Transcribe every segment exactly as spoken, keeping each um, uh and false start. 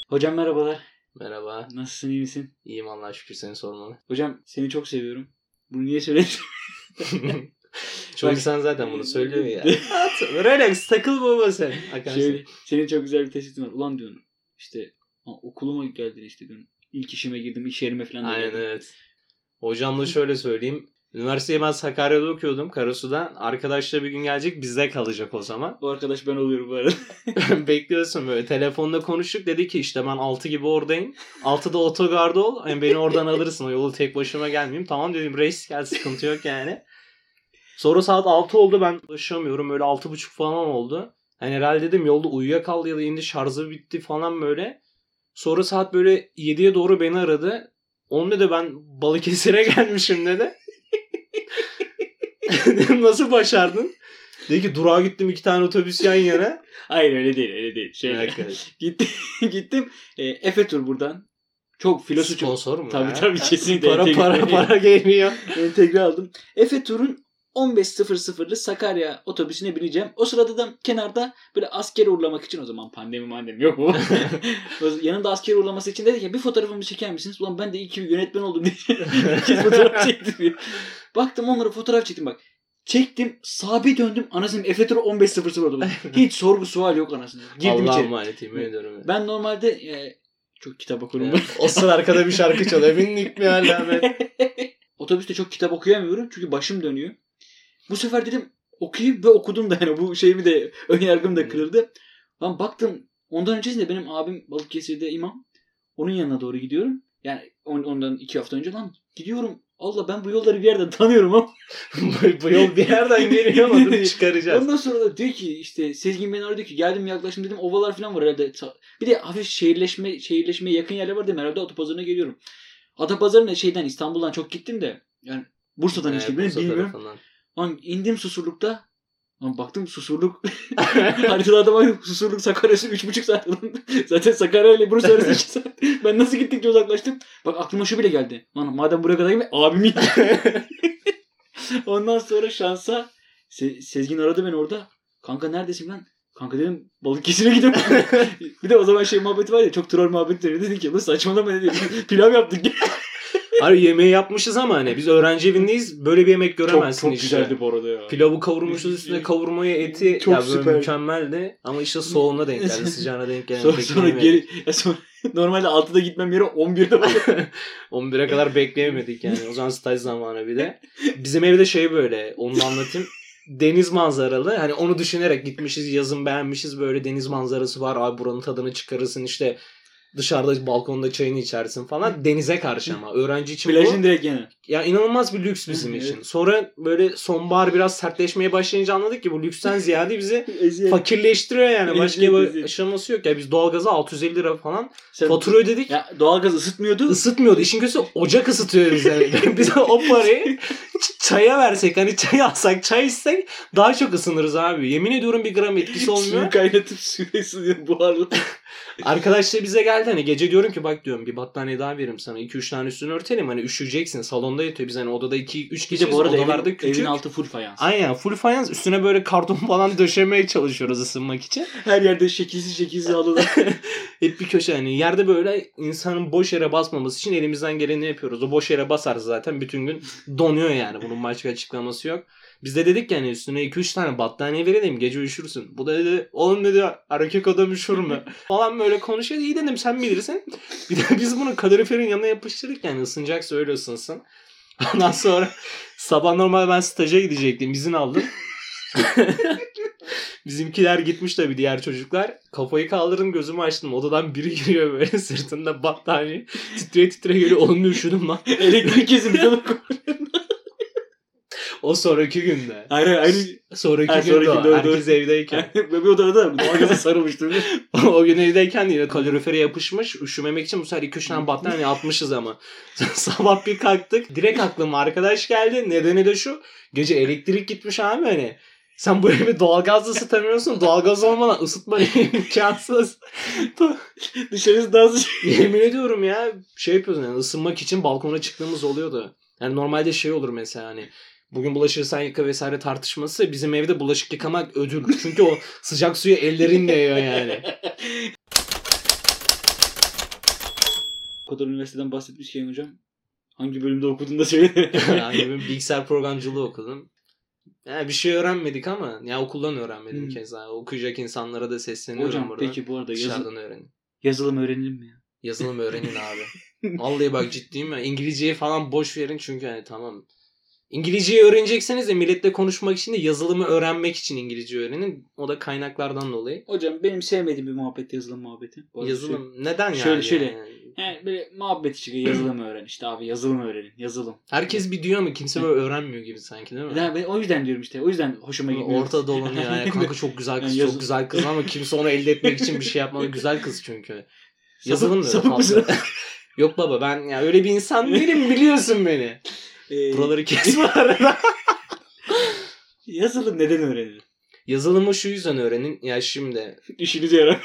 Hocam merhabalar. Merhaba. Nasılsın, iyi misin? İyiyim Allah'a şükür, seni sormalı. Hocam seni çok seviyorum. Bunu niye söyledin? Çoğu insan zaten bunu söylüyor ya. Relax, takıl baba sen. Şöyle, senin çok güzel bir tespitin var. Ulan diyorsun işte okuluma geldin işte diyorsun. İlk işime girdim, iş yerime falan da Aynen geldim. evet. Hocamla şöyle söyleyeyim. Üniversiteyi ben Sakarya'da okuyordum, Karasu'da. Arkadaşlar bir gün gelecek, bizde kalacak o zaman. Bu arkadaş ben oluyorum bu arada. Bekliyorsun böyle. Telefonda konuştuk. Dedi ki işte ben altı gibi oradayım. altıda otogarda ol. Yani beni oradan alırsın. O yolu tek başıma gelmeyeyim. Tamam dedim, reis gel, sıkıntı yok yani. Sonra saat altı oldu, ben ulaşamıyorum. Öyle altı buçuk falan oldu. Hani herhalde dedim yolda uyuyakaldı ya da indi, şarjı bitti falan böyle. Sonra saat böyle yediye doğru beni aradı. Onun dedi ben Balıkesir'e gelmişim dedi. Dedim nasıl başardın? Dedi ki durağa gittim, iki tane otobüs yan yana. Hayır öyle değil öyle değil. Şöyle gittim, gittim. E, Efe Tur buradan. Çok filosu çok. Sponsor mu? Tabii ya? tabii kesinlikle. Para entegre, para para geliyor. Entegre aldım. Efe Tur'un on beş sıfır sıfırlı Sakarya otobüsüne bineceğim. O sırada da kenarda böyle askeri uğurlamak için, o zaman pandemi mandemi yok mu? Yanında askeri uğurlaması için dedi ki bir fotoğrafımı çeker misiniz? Ulan ben de iyi ki bir yönetmen oldum diye. İki fotoğraf çektim. Baktım onlara fotoğraf çektim bak. Çektim, sağa bir döndüm, anasını Efe Tur on beş sıfır sıfır oldu. Hiç sorgu sual yok anasını. Girdim Allah'a içeri. emanet ediyorum. Ben normalde e, çok kitap okurum. Evet. O sırada arkada bir şarkı çalıyor. Binlik mi alamet? Otobüste çok kitap okuyamıyorum çünkü başım dönüyor. Bu sefer dedim okuyayım ve okudum da yani bu şeyimi de önyargım da kırıldı. Ben baktım ondan öncesinde benim abim Balıkesir'de imam. Onun yanına doğru gidiyorum. Yani ondan iki hafta önce lan gidiyorum. Allah ben bu yolları bir yerden tanıyorum ama. bu yol bir yerden geliyor ama dur çıkaracağız. Ondan sonra da diyor ki işte Sezgin beni aradı ki geldim yaklaşım dedim, ovalar falan var herhalde. Bir de hafif şehirleşme şehirleşmeye yakın yerler var dedim, herhalde Atapazarı'na geliyorum. Atapazarı'na şeyden İstanbul'dan çok gittim de yani Bursa'dan hiç gitmedim bilmiyorum. Lan indim Susurluk'ta. Lan baktım Susurluk. Haritalarda baktım Susurluk Sakarya'sı üç buçuk saat. Zaten Sakarya ile Bursa arası iki saat. Ben nasıl gittikçe uzaklaştım. Bak aklıma şu bile geldi. Lan madem buraya kadar gitme abimi. Ondan sonra şansa Se- Sezgin aradı beni orada. Kanka neredesin lan? Kanka dedim Balıkesir'e gidiyorum. Bir de o zaman şey muhabbeti var ya, çok troll muhabbeti dönüyor. Dedi ki bu saçmalama dedi. Pilav yaptık. Abi yemeği yapmışız ama hani biz öğrenci evindeyiz, böyle bir yemek göremezsin. Çok, çok işte. Güzeldi bu arada ya. Pilavı kavurmuşuz, üstüne kavurmaya eti. Çok ya böyle süper. Mükemmeldi ama işte soğuğuna denk geldi, sıcağına denk geldi. Sonra, sonra geri ya sonra normalde altıda gitmem yere on birde var. on bire kadar bekleyemedik yani. O zaman staj zamanı bir de. Bizim evde şey böyle, onu da anlatayım. Deniz manzaralı. Hani onu düşünerek gitmişiz, yazın beğenmişiz, böyle deniz manzarası var. Abi buranın tadını çıkarırsın işte. Dışarıda balkonda çayını içersin falan. Denize karşı ama. Öğrenci için Plajın bu. direkt yani. Ya inanılmaz bir lüks bizim için. Evet. Sonra böyle sonbahar biraz sertleşmeye başlayınca anladık ki bu lüksten ziyade bizi fakirleştiriyor yani. Başka bir aşaması yok. Ya biz doğalgaza altı yüz elli lira falan Sen, fatura ödedik. Ya doğalgaz ısıtmıyordu. Isıtmıyordu. İşin kötüsü ocak ısıtıyor bize. Biz o parayı çaya versek, hani çay alsak, çay içsek daha çok ısınırız abi. Yemin ediyorum bir gram etkisi olmuyor. Suyu kaynatıp suyu ısınıyor buharlı. Arkadaşlar bize geldi, hani gece diyorum ki bak diyorum bir battaniye daha veririm sana, iki üç tane üstünü örtelim, hani üşüyeceksin, salonda yatıyor, biz hani odada iki üç kişiyiz, bu arada odalarda evin, küçük. Evin altı full fayans. Aynen full fayans, üstüne böyle karton falan döşemeye çalışıyoruz ısınmak için. Her yerde şekilsiz şekilsiz halılar. Hep bir köşe, hani yerde böyle insanın boş yere basmaması için elimizden geleni yapıyoruz. O boş yere basarsa zaten bütün gün donuyor yani, bunun başka açıklaması yok. Biz de dedik yani üstüne iki üç tane battaniye verelim, gece üşürsün. Bu da dedi oğlum dedi erkek adam üşür mü? Falan böyle konuşuyor. İyi dedim sen bilirsin. Bir de biz bunu kaloriferin yanına yapıştırdık yani, ısınacaksa öyle ısınsın. Ondan sonra sabah normal ben staja gidecektim, izin aldım. Bizimkiler gitmiş tabii, diğer çocuklar. Kafayı kaldırdım, gözümü açtım. Odadan biri giriyor böyle sırtında battaniye. Titreye titreye geliyor. Oğlum üşüdüm lan. Elektrik kesildi. O sonraki günde. Hayır hayır. Sonraki hayır, günde sonraki o. doğru, Herkes doğru. evdeyken. Ve bir odada da doğalgaza sarılmıştı. O gün evdeyken yine kalorifere yapışmış. Üşümemek için bu sefer iki üç tane battaniye atmışız ama. Sabah bir kalktık. Direkt aklıma arkadaş geldi. Nedeni de şu. Gece elektrik gitmiş abi hani. Sen bu evi doğalgazla ısıtamıyorsun. Doğalgaz olmadan ısıtma imkansız. Dışarısı daha sıcak. Yemin ediyorum ya. Şey yapıyorsun yani, ısınmak için balkona çıktığımız oluyordu. Yani normalde şey olur mesela hani. Bugün bulaşığı sen yıka vesaire tartışması, bizim evde bulaşık yıkamak ödül. Çünkü o sıcak suyu ellerinle yiyor yani. O kadar üniversiteden bahsetmişken hocam. Hangi bölümde okudun da söyle. Yani ben bilgisayar programcılığı okudum. Yani bir şey öğrenmedik ama ya okuldan öğrenmedim hmm. keza. Okuyacak insanlara da sesleniyorum hocam, burada. Peki bu arada dışarıdan öğrenin. Yazılım öğrenelim mi ya? Yazılım öğrenin abi. Vallahi bak ciddiyim ya. İngilizceyi falan boş verin çünkü hani tamam. İngilizceyi öğrenecekseniz de milletle konuşmak için de yazılımı öğrenmek için İngilizce öğrenin. O da kaynaklardan dolayı. Hocam benim sevmediğim bir muhabbet yazılım muhabbeti. Yazılım şöyle, neden yani? Şöyle şöyle. Yani? Yani böyle muhabbet çıkıyor. Yazılım öğren işte abi. Yazılım öğrenin. Yazılım. Herkes bir diyor ama kimse böyle öğrenmiyor gibi sanki değil mi? Yani ben o yüzden diyorum işte. O yüzden hoşuma gidiyor. Ortada dolanıyor yani. Kanka çok güzel kız. Yani çok güzel kız ama kimse onu elde etmek için bir şey yapmalı. Güzel kız çünkü. Yazılım da sapık mısın? Yok baba ben ya öyle bir insan değilim, biliyorsun beni. Ee, Buraları kesme arada. Yazılım neden öğrenilir? Yazılımı şu yüzden öğrenin. Ya şimdi. İşinize yarar.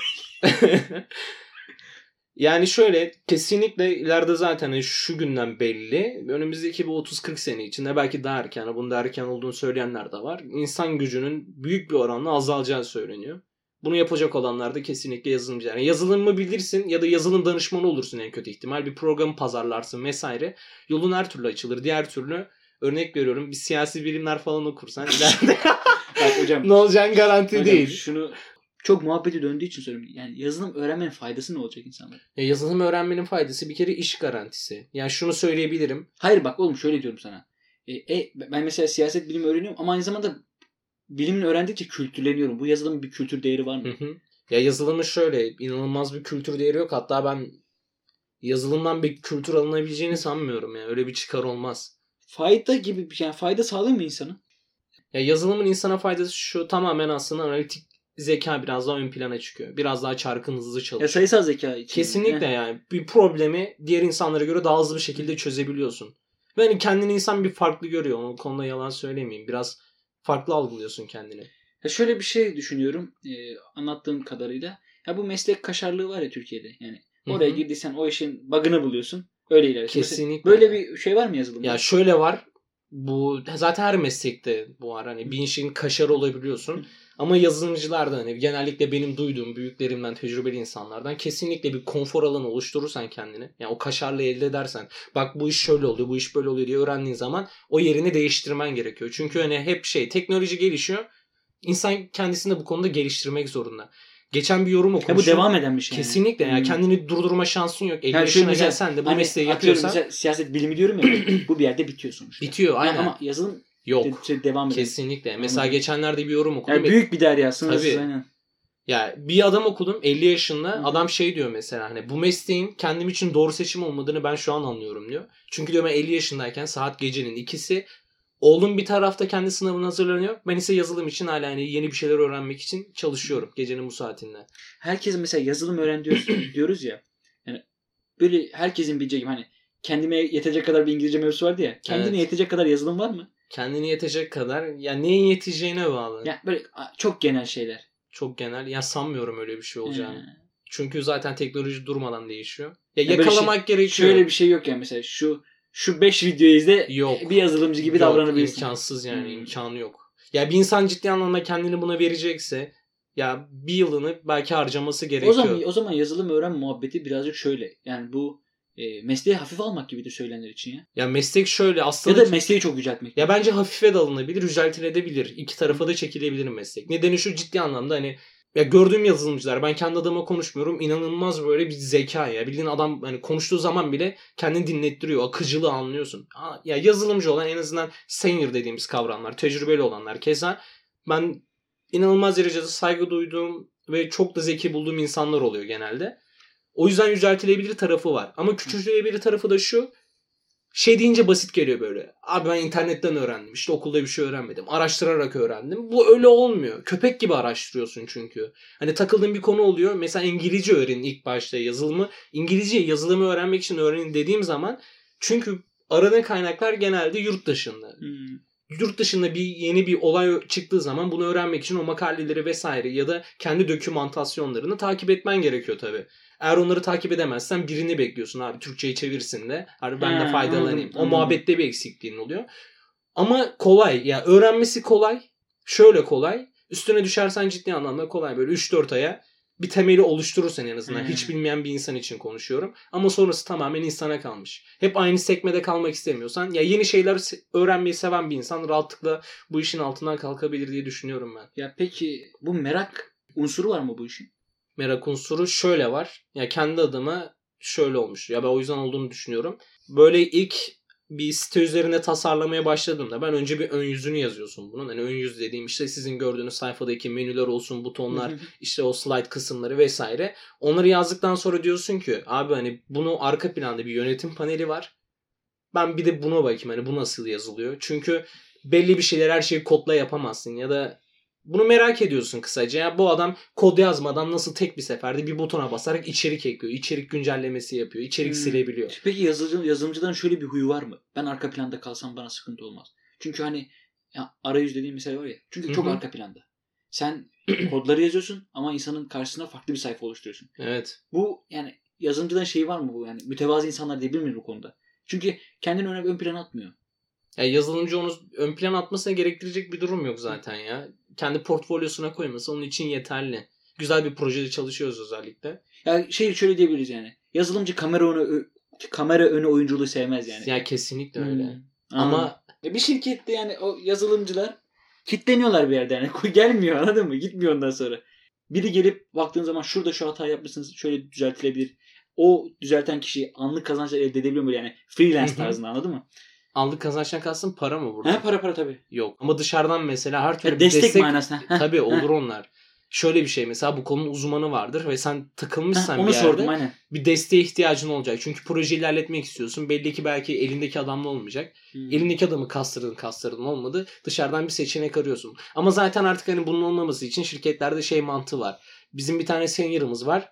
Yani şöyle kesinlikle ileride zaten şu günden belli. Önümüzdeki bu otuz kırk sene içinde belki daha erken. Bunu da erken olduğunu söyleyenler de var. İnsan gücünün büyük bir oranla azalacağı söyleniyor. Bunu yapacak olanlar da kesinlikle yazılımcılar. Yani yazılımı bilirsin ya da yazılım danışmanı olursun en kötü ihtimal. Bir programı pazarlarsın vesaire. Yolun her türlü açılır. Diğer türlü örnek veriyorum bir siyasi bilimler falan okursan ileride Bak hocam, ne olacağın garanti hocam, değil. Şunu çok muhabbeti döndüğü için söylüyorum. Yani yazılım öğrenmenin faydası ne olacak insanlara? Ya yazılım öğrenmenin faydası bir kere iş garantisi. Yani şunu söyleyebilirim. Hayır bak oğlum şöyle diyorum sana. E, e, ben mesela siyaset bilimi öğreniyorum ama aynı zamanda bilimini öğrendikçe kültürleniyorum. Bu yazılımın bir kültür değeri var mı? Hı hı. Ya yazılımın şöyle inanılmaz bir kültür değeri yok. Hatta ben yazılımdan bir kültür alınabileceğini sanmıyorum. Yani öyle bir çıkar olmaz. Fayda gibi bir şey. Yani fayda sağlıyor mu insana? Ya yazılımın insana faydası şu, tamamen aslında analitik zeka biraz daha ön plana çıkıyor. Biraz daha çarkın hızlı çalışıyor. Ya sayısal zeka için. Kesinlikle yani. yani. Bir problemi diğer insanlara göre daha hızlı bir şekilde çözebiliyorsun. Ve hani kendini insan bir farklı görüyor. O konuda yalan söylemeyeyim. Biraz farklı algılıyorsun kendini. Ya şöyle bir şey düşünüyorum. E, anlattığım kadarıyla. Ya bu meslek kaşarlığı var ya Türkiye'de. Yani oraya girdiysen o işin bug'ını buluyorsun. Öyle ilerliyorsun. Kesinlikle. Böyle bir şey var mı yazılımda? Ya şöyle var. Bu zaten her meslekte bu var. Hani bir işin kaşarı olabiliyorsun. Ama yazılımcılarda hani genellikle benim duyduğum büyüklerimden, tecrübeli insanlardan kesinlikle bir konfor alanı oluşturursan kendine. Yani o kaşarlığı elde edersen. Bak bu iş şöyle oluyor, bu iş böyle oluyor diye öğrendiğin zaman o yerini değiştirmen gerekiyor. Çünkü hani hep şey teknoloji gelişiyor. İnsan kendisini bu konuda geliştirmek zorunda. Geçen bir yorum okumuşum. Ya bu devam eden bir şey. Kesinlikle yani. Hmm. Kendini durdurma şansın yok. elli yani yaşına gelsen de bu hani mesleği yapıyorsan. Siyaset bilimi diyorum ya. Bu bir yerde bitiyor sonuçta. Bitiyor aynen. Yani ama yazılım yok. De, devam eden. Kesinlikle. Mesela Anladım. Geçenlerde bir yorum okudum. Yani büyük bir derya sınırsız Tabii. aynen. Ya bir adam okudum elli yaşında. Hı. Adam şey diyor mesela hani bu mesleğin kendim için doğru seçim olmadığını ben şu an anlıyorum diyor. Çünkü diyor ben elli yaşındayken saat gecenin ikisi. Oğlum bir tarafta kendi sınavına hazırlanıyor. Ben ise yazılım için hala hani yeni bir şeyler öğrenmek için çalışıyorum gecenin bu saatinde. Herkes mesela yazılım öğren diyoruz, diyoruz ya. Yani böyle herkesin bileceği gibi hani kendime yetecek kadar bir İngilizce mevzusu vardı ya. Kendine evet. yetecek kadar yazılım var mı? Kendine yetecek kadar ya neyin yeteceğine bağlı. Ya böyle çok genel şeyler. Çok genel. Ya sanmıyorum öyle bir şey olacağını. Hmm. Çünkü zaten teknoloji durmadan değişiyor. Ya, ya yakalamak şey, gerekiyor. Şöyle bir şey yok ya yani mesela şu Şu beş videoyu izle yok. Bir yazılımcı gibi yok, davranabilirsin. İmkansız yani hmm. imkanı yok. Ya bir insan ciddi anlamda kendini buna verecekse ya bir yılını belki harcaması gerekiyor. O zaman o zaman yazılım öğren muhabbeti birazcık şöyle. Yani bu e, mesleği hafif almak gibidir söylenenler için ya. Ya meslek şöyle aslında. Ya da mesleği çok yüceltmek. Ya bence hafife de alınabilir, yüceltilebilir. İki tarafa da çekilebilir meslek. Nedeni şu ciddi anlamda hani ya gördüğüm yazılımcılar ben kendi adıma konuşmuyorum inanılmaz böyle bir zeka ya bildiğin adam hani konuştuğu zaman bile kendini dinlettiriyor akıcılığı anlıyorsun. Ya yazılımcı olan en azından senior dediğimiz kavramlar tecrübeli olanlar keza ben inanılmaz derecede saygı duyduğum ve çok da zeki bulduğum insanlar oluyor genelde. O yüzden yüceltilebilir tarafı var ama küçültülebilir tarafı da şu. Şey deyince basit geliyor böyle. Abi ben internetten öğrendim. İşte okulda bir şey öğrenmedim. Araştırarak öğrendim. Bu öyle olmuyor. Köpek gibi araştırıyorsun çünkü. Hani takıldığın bir konu oluyor. Mesela İngilizce öğrenin ilk başta yazılımı. İngilizce yazılımı öğrenmek için öğrenin dediğim zaman çünkü aranan kaynaklar genelde yurt dışında. Hmm. Yurt dışında bir yeni bir olay çıktığı zaman bunu öğrenmek için o makaleleri vesaire ya da kendi dokümantasyonlarını takip etmen gerekiyor tabii. Eğer onları takip edemezsen birini bekliyorsun abi Türkçe'yi çevirsin de. Abi ben de faydalanayım. Anladım, o anladım. Muhabbette bir eksikliğin oluyor. Ama kolay. Ya yani öğrenmesi kolay. Şöyle kolay. Üstüne düşersen ciddi anlamda kolay. Böyle üç dört aya bir temeli oluşturursan en azından. Hmm. Hiç bilmeyen bir insan için konuşuyorum. Ama sonrası tamamen insana kalmış. Hep aynı sekmede kalmak istemiyorsan ya yeni şeyler öğrenmeyi seven bir insan rahatlıkla bu işin altından kalkabilir diye düşünüyorum ben. Ya peki bu merak unsuru var mı bu işin? Merak unsuru şöyle var. Ya kendi adıma şöyle olmuş. Ya ben o yüzden olduğunu düşünüyorum. Böyle ilk bir site üzerine tasarlamaya başladığımda ben önce bir ön yüzünü yazıyorsun bunun. Hani ön yüz dediğim işte sizin gördüğünüz sayfadaki menüler olsun, butonlar, işte o slide kısımları vesaire. Onları yazdıktan sonra diyorsun ki abi hani bunu arka planda bir yönetim paneli var. Ben bir de buna bakayım hani bu nasıl yazılıyor. Çünkü belli bir şeyler her şeyi kodla yapamazsın ya da bunu merak ediyorsun kısaca. Ya bu adam kod yazmadan nasıl tek bir seferde bir butona basarak içerik ekliyor. İçerik güncellemesi yapıyor. İçerik hmm. silebiliyor. Peki yazılımcı, yazılımcıların şöyle bir huyu var mı? Ben arka planda kalsam bana sıkıntı olmaz. Çünkü hani ya, arayüz dediğim mesela var ya. Çünkü çok Hı-hı. arka planda. Sen kodları yazıyorsun ama insanın karşısına farklı bir sayfa oluşturuyorsun. Evet. Bu yani yazılımcıların şeyi var mı bu? Yani mütevazı insanlar diyebilir miyiz bu konuda? Çünkü kendini ön, ön plana atmıyor. Ya yazılımcı onu ön plan atmasına gerektirecek bir durum yok zaten ya. Kendi portfolyosuna koyması onun için yeterli. Güzel bir projede çalışıyoruz özellikle. Ya şey şöyle diyebiliriz yani. Yazılımcı kamera önü kamera önü oyunculuğu sevmez yani. Ya kesinlikle öyle. Hmm. Ama, Ama bir şirkette yani o yazılımcılar kitleniyorlar bir yerde yani. Gelmiyor anladın mı? Gitmiyor ondan sonra. Biri gelip baktığın zaman şurada şu hatayı yapmışsınız şöyle düzeltilebilir. O düzelten kişi anlık kazançlar elde edebiliyor mu yani? Freelance tarzında anladın mı? Anlık kazançtan kastın para mı burada? He para para tabii. Yok. Ama dışarıdan mesela her türlü ya destek, destek manasına. Tabii olur onlar. Şöyle bir şey mesela bu konunun uzmanı vardır ve sen takılmışsan Heh, bir yerde sordum, aynen. bir desteğe ihtiyacın olacak. Çünkü projeyi ilerletmek istiyorsun. Belli ki belki elindeki adamla olmayacak. Hmm. Elindeki adamı kastırdın kastırdın olmadı. Dışarıdan bir seçenek arıyorsun. Ama zaten artık hani bunun olmaması için şirketlerde şey mantığı var. Bizim bir tane senior'ımız var.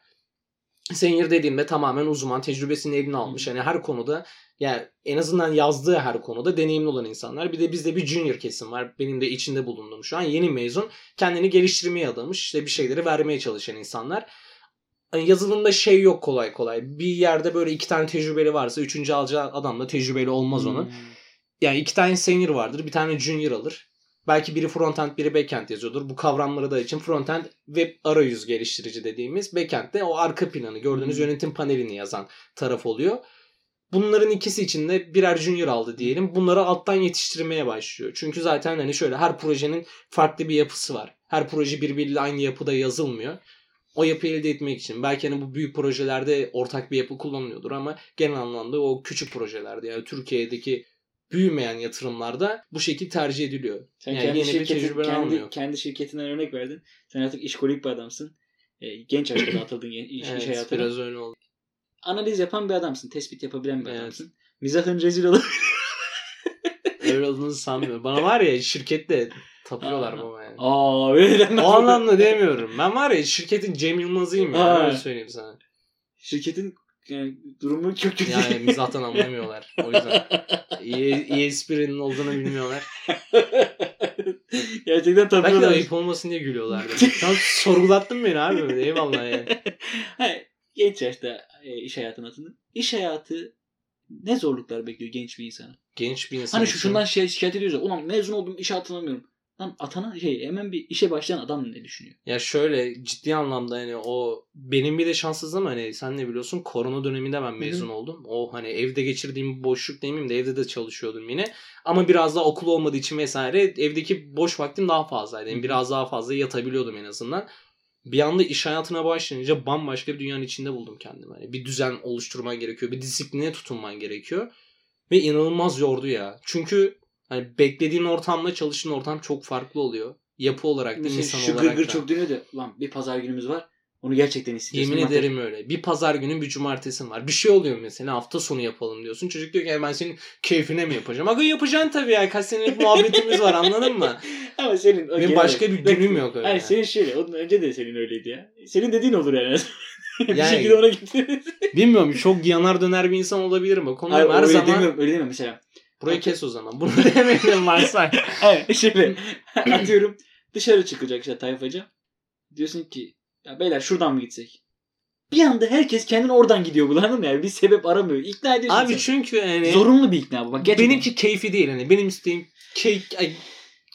Senior dediğimde tamamen uzman, tecrübesini eline almış. Yani her konuda yani en azından yazdığı her konuda deneyimli olan insanlar. Bir de bizde bir junior kesim var. Benim de içinde bulunduğum şu an yeni mezun. Kendini geliştirmeye adamış. İşte bir şeyleri vermeye çalışan insanlar. Yani yazılımda şey yok kolay kolay. Bir yerde böyle iki tane tecrübeli varsa üçüncü alacağı adam da tecrübeli olmaz onun. Hmm. Yani iki tane senior vardır. Bir tane junior alır. Belki biri frontend biri backend yazıyordur. Bu kavramları da için frontend web arayüz geliştirici dediğimiz backend de o arka planı gördüğünüz hmm. yönetim panelini yazan taraf oluyor. Bunların ikisi için de birer junior aldı diyelim. Bunları alttan yetiştirmeye başlıyor. Çünkü zaten hani şöyle her projenin farklı bir yapısı var. Her proje birbiriyle aynı yapıda yazılmıyor. O yapıyı elde etmek için. Belki hani bu büyük projelerde ortak bir yapı kullanılıyordur ama genel anlamda o küçük projelerde yani Türkiye'deki büyümeyen yatırımlarda bu şekilde tercih ediliyor. Sen yani kendi, şirketin, kendi, kendi şirketinden örnek verdin. Sen artık işkolik bir adamsın. E, genç yaşta atıldın iş, evet, iş hayatına. Biraz öyle oldu. Analiz yapan bir adamsın. Tespit yapabilen bir evet. adamsın. Mizahın rezil olabilir. Öyle olduğunu sanmıyorum. Bana var ya şirkette tapıyorlar baba yani. Aa, öyle o anlamda demiyorum. Ben var ya şirketin Cem Yılmaz'ıyım ya. Aa. Öyle söyleyeyim sana. Şirketin yani durumu çok kötü. Yani mizahtan anlamıyorlar. O yüzden. İyi, iyi esprinin olduğunu bilmiyorlar. Gerçekten tapıyorlar. Belki de ayıp olmasın diye gülüyorlardı. Sen sorgulattın beni abi. Eyvallah yani. Hayır. Genç yaşta e, iş hayatına atındın. İş hayatı ne zorluklar bekliyor genç bir insana? Genç bir insan. Hani şu şundan şey şikayet ediyoruz ya. Ulan mezun oldum işe atanamıyorum. Lan atanan şey hemen bir işe başlayan adam ne düşünüyor? Ya şöyle ciddi anlamda hani o benim bir de şanssızlığım hani sen ne biliyorsun korona döneminde ben mezun Hı-hı. oldum. O hani evde geçirdiğim boşluk demeyeyim de evde de çalışıyordum yine. Ama biraz daha okul olmadığı için vesaire evdeki boş vaktim daha fazlaydı. Yani biraz daha fazla yatabiliyordum en azından. Bir anda iş hayatına başlayınca bambaşka bir dünyanın içinde buldum kendimi. Yani bir düzen oluşturman gerekiyor. Bir disipline tutunman gerekiyor. Ve inanılmaz yordu ya. Çünkü hani beklediğin ortamla çalıştığın ortam çok farklı oluyor. Yapı olarak da insan şu olarak da. Şu gırgır çok dönüyor da lan bir pazar günümüz var. Onu gerçekten hissediyorsun. Yemin ederim öyle. Bir pazar günün bir cumartesin var. Bir şey oluyor mesela hafta sonu yapalım diyorsun. Çocuk diyor ki ben senin keyfine mi yapacağım? Aga yapacaksın tabii ya. Kaç senelik muhabbetimiz var anladın mı? Ama senin benim başka bir günüm yok öyle. Hayır senin şöyle. Ondan önce de senin öyleydi ya. Senin dediğin olur yani. bir yani, şekilde ona gittin. Bilmiyorum çok yanar döner bir insan olabilirim. O konuda her öyle zaman. Demiyorum, öyle demiyorum mesela. Burayı kes o zaman. Bunu demeyelim varsa. Evet şöyle. Atıyorum dışarı çıkacak işte tayfacı. Diyorsun ki ya beyler şuradan mı gitsek? Bir anda herkes kendini oradan gidiyor bu anladın mı? Yani bir sebep aramıyor. İkna ediyorsun Abi sen. çünkü yani zorunlu bir ikna bu. Bak, benimki keyfi değil. Yani benim isteğim keyif, ay,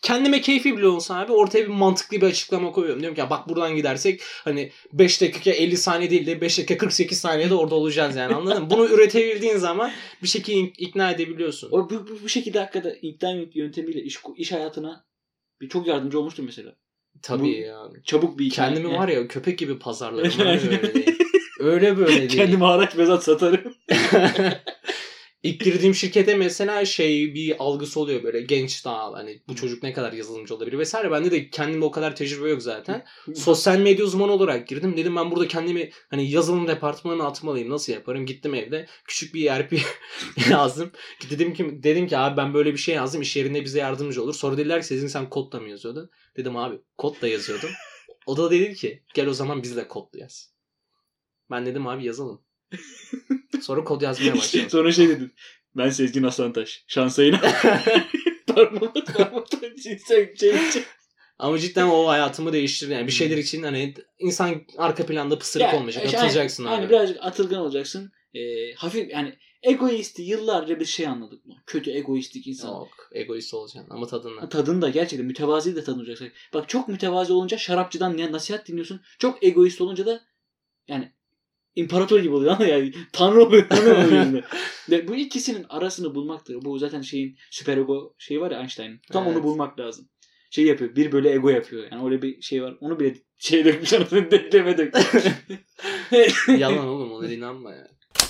kendime keyfi bile olsa abi ortaya bir mantıklı bir açıklama koyuyorum. Diyorum ki ya bak buradan gidersek hani beş dakika elli saniye değil de beş dakika kırk sekiz saniyede orada olacağız yani, anladın mı? Bunu üretebildiğin zaman bir şekilde ikna edebiliyorsun. O bu, bu, bu şekilde hakikaten ikna yöntemiyle iş, iş hayatına bir çok yardımcı olmuştur mesela. Tabii bu, ya. Çabuk bir ikna. Kendimi var ya köpek gibi pazarlarım. Öyle böyle değil. Öyle böyle değil. Kendime haraç mezat satarım. İlk girdiğim şirkete mesela şey bir algısı oluyor böyle genç daha hani bu çocuk ne kadar yazılımcı olabilir vesaire. Bende de kendimde o kadar tecrübe yok zaten. Sosyal medya uzmanı olarak girdim. Dedim ben burada kendimi hani yazılım departmanına atmalıyım. Nasıl yaparım? Gittim evde küçük bir E R P yazdım. Dedim ki dedim ki abi ben böyle bir şey yazdım. İş yerinde bize yardımcı olur. Sonra dediler ki Sezgin sen kodla mı yazıyordun? Dedim abi kodla yazıyordum. O da dedi ki gel o zaman biz de kodla yaz. Ben dedim abi yazalım. Sonra kod yazmaya başladım. Sonra şey dedim. Ben Sezgin Aslantaş. Şansa inan. Parmağımı parmağımı cinsel şey için. Ama cidden o hayatımı değiştirdi. Yani bir şeyler için hani insan arka planda pısırık ya, olmayacak. işte, Atılacaksın yani, abi. Yani birazcık atılgan olacaksın. Ee, hafif yani egoisti yıllarca bir şey anladık. Kötü egoistik insan. Yok. Egoist olacaksın ama tadınla. Tadında gerçekten mütevazi de tadın olacak. Bak çok mütevazi olunca şarapçıdan nasihat dinliyorsun. Çok egoist olunca da yani İmparator gibi oluyor ama yani tanrı oluyor. Tanrı Ve bu ikisinin arasını bulmaktır. Bu zaten şeyin süper ego şeyi var ya Einstein'ın. Tam evet. Onu bulmak lazım. Şey yapıyor. Bir böyle ego yapıyor. Yani öyle bir şey var. Onu bile şey dökmüş anasını dekleme dökmüş. Yalan oğlum ona inanma ya.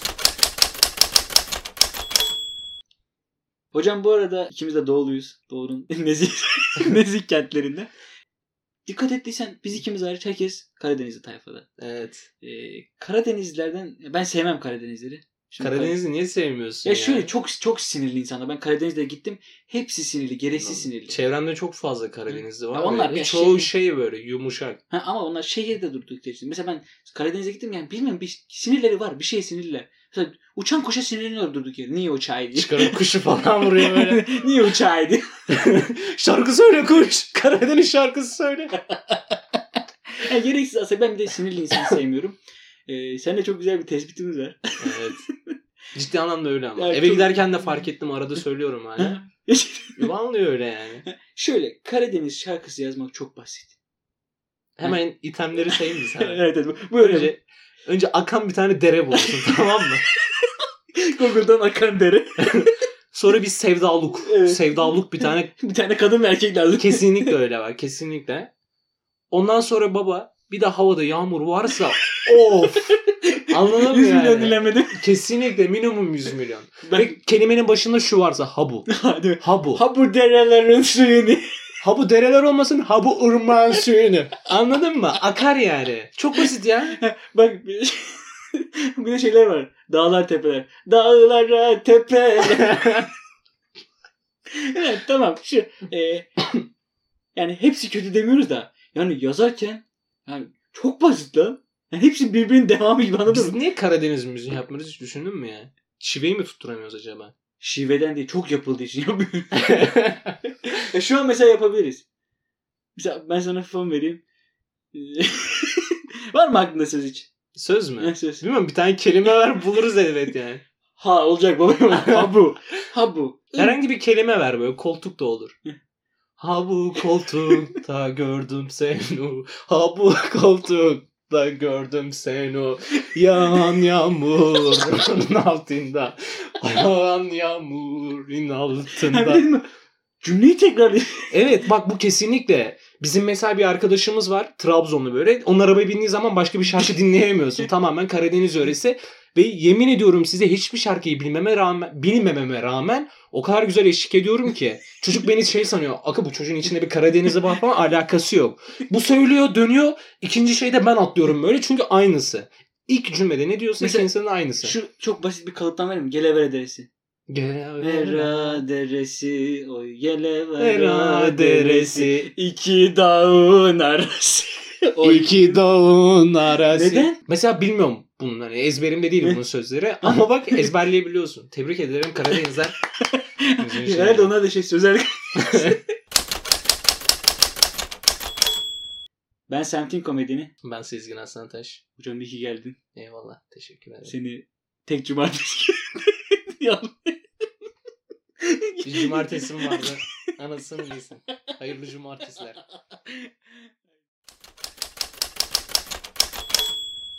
Hocam bu arada ikimiz de doğuluyuz. Doğu'nun nezih, nezih kentlerinde. Dikkat ettiysen biz ikimiz hariç herkes Karadenizli tayfada. Evet. Ee, Karadenizlilerden ben sevmem Karadenizleri. Şimdi Karadeniz'i Kar- niye sevmiyorsun ya? Ya şöyle çok çok sinirli insanlar. Ben Karadeniz'de gittim. Hepsi sinirli, gereksiz sinirli. Çevremde çok fazla Karadenizli var. Ya onlar ya çoğu şey, şey böyle yumuşak. Ha, ama onlar şehirde durdukları için. Mesela ben Karadeniz'e gittim yani bilmiyorum bir sinirleri var. Bir şey sinirliler. Mesela uçan kuşa sinirleniyor durduk yere. Niye uçağıydı? Çıkarıp kuşu falan vuruyor böyle. Niye uçağıydı? Şarkı söyle kuş. Karadeniz şarkısı söyle. Yani gereksiz aslında ben bir de sinirli insanı sevmiyorum. Ee, sen de çok güzel bir tespitimiz var. Evet. Ciddi anlamda öyle ama. Yani eve çok... giderken de fark ettim. Arada söylüyorum hala. Vallahi öyle yani. Şöyle Karadeniz şarkısı yazmak çok basit. Hemen ha? itemleri sayayım mı sana? Evet evet. Bu önce, önce akan bir tane dere bulursun tamam mı? Google'dan akan dere. Sonra bir sevdaluk. Evet. Sevdaluk bir tane. Bir tane kadın ve erkek lazım. Kesinlikle öyle var. Kesinlikle. Ondan sonra baba bir de havada yağmur varsa of. Anladın mı yüz yani? milyon dinlemedim. Kesinlikle minimum yüz milyon. Ben... Ve kelimenin başında şu varsa habu. Habu. Habu derelerin suyunu. Habu dereler olmasın habu ırmağın suyunu. Anladın mı? Akar yani. Çok basit ya. Bak bir de şeyler var. Dağlar tepeler. Dağlara tepeler. Evet tamam. Şu, e, yani hepsi kötü demiyoruz da. Yani yazarken yani çok basit lan. Yani hepsi birbirinin devamı gibi anladın mı? Biz niye Karadeniz müziği yapmıyoruz hiç düşündün mü ya? Şiveyi mi tutturamıyoruz acaba? Şiveden değil. Çok yapıldığı için yapıyoruz. Ya şu an mesela yapabiliriz. Mesela ben sana fon vereyim. Var mı aklında söz hiç? Söz mü? Ne söz? Bilmiyorum bir tane kelime ver buluruz elbet yani. Ha olacak baba. Ha bu. Ha bu. Herhangi bir kelime ver böyle koltuk da olur. Ha bu koltukta gördüm seni. Ha bu koltukta gördüm seni. Yağan yağmurun altında. Yağan yağmurun altında. Cümleyi tekrarlayayım. Evet bak bu kesinlikle. Bizim mesela bir arkadaşımız var. Trabzonlu böyle. Onun arabaya bindiği zaman başka bir şarkı dinleyemiyorsun. Tamamen Karadeniz yöresi. Ve yemin ediyorum size hiçbir şarkıyı bilmeme rağmen, bilmememe rağmen o kadar güzel eşlik ediyorum ki. Çocuk beni şey sanıyor. Akı bu çocuğun içinde bir Karadeniz'e var falan alakası yok. Bu söylüyor dönüyor. İkinci şeyde ben atlıyorum böyle çünkü aynısı. İlk cümlede ne diyorsa ikincisinin aynısı. Şu çok basit bir kalıptan vereyim mi? Gelevere deresi. Gelevera deresi, oy Gelevera deresi, iki dağın arası. Oy. İki dağın arası. Neden? Mesela bilmiyorum bunun hani ezberimde değil bunun sözleri ama bak ezberleyebiliyorsun. Tebrik ederim Karadenizler. Herhalde onlar da şey sözel. Ben Semtin Komedi'ni. Ben Sezgin Aslantaş. Hocam iyi ki geldin. Eyvallah teşekkür ederim. Seni tek cumartesi Bir cumartesim vardı. Anasını bilsin. Hayırlı cumartesiler.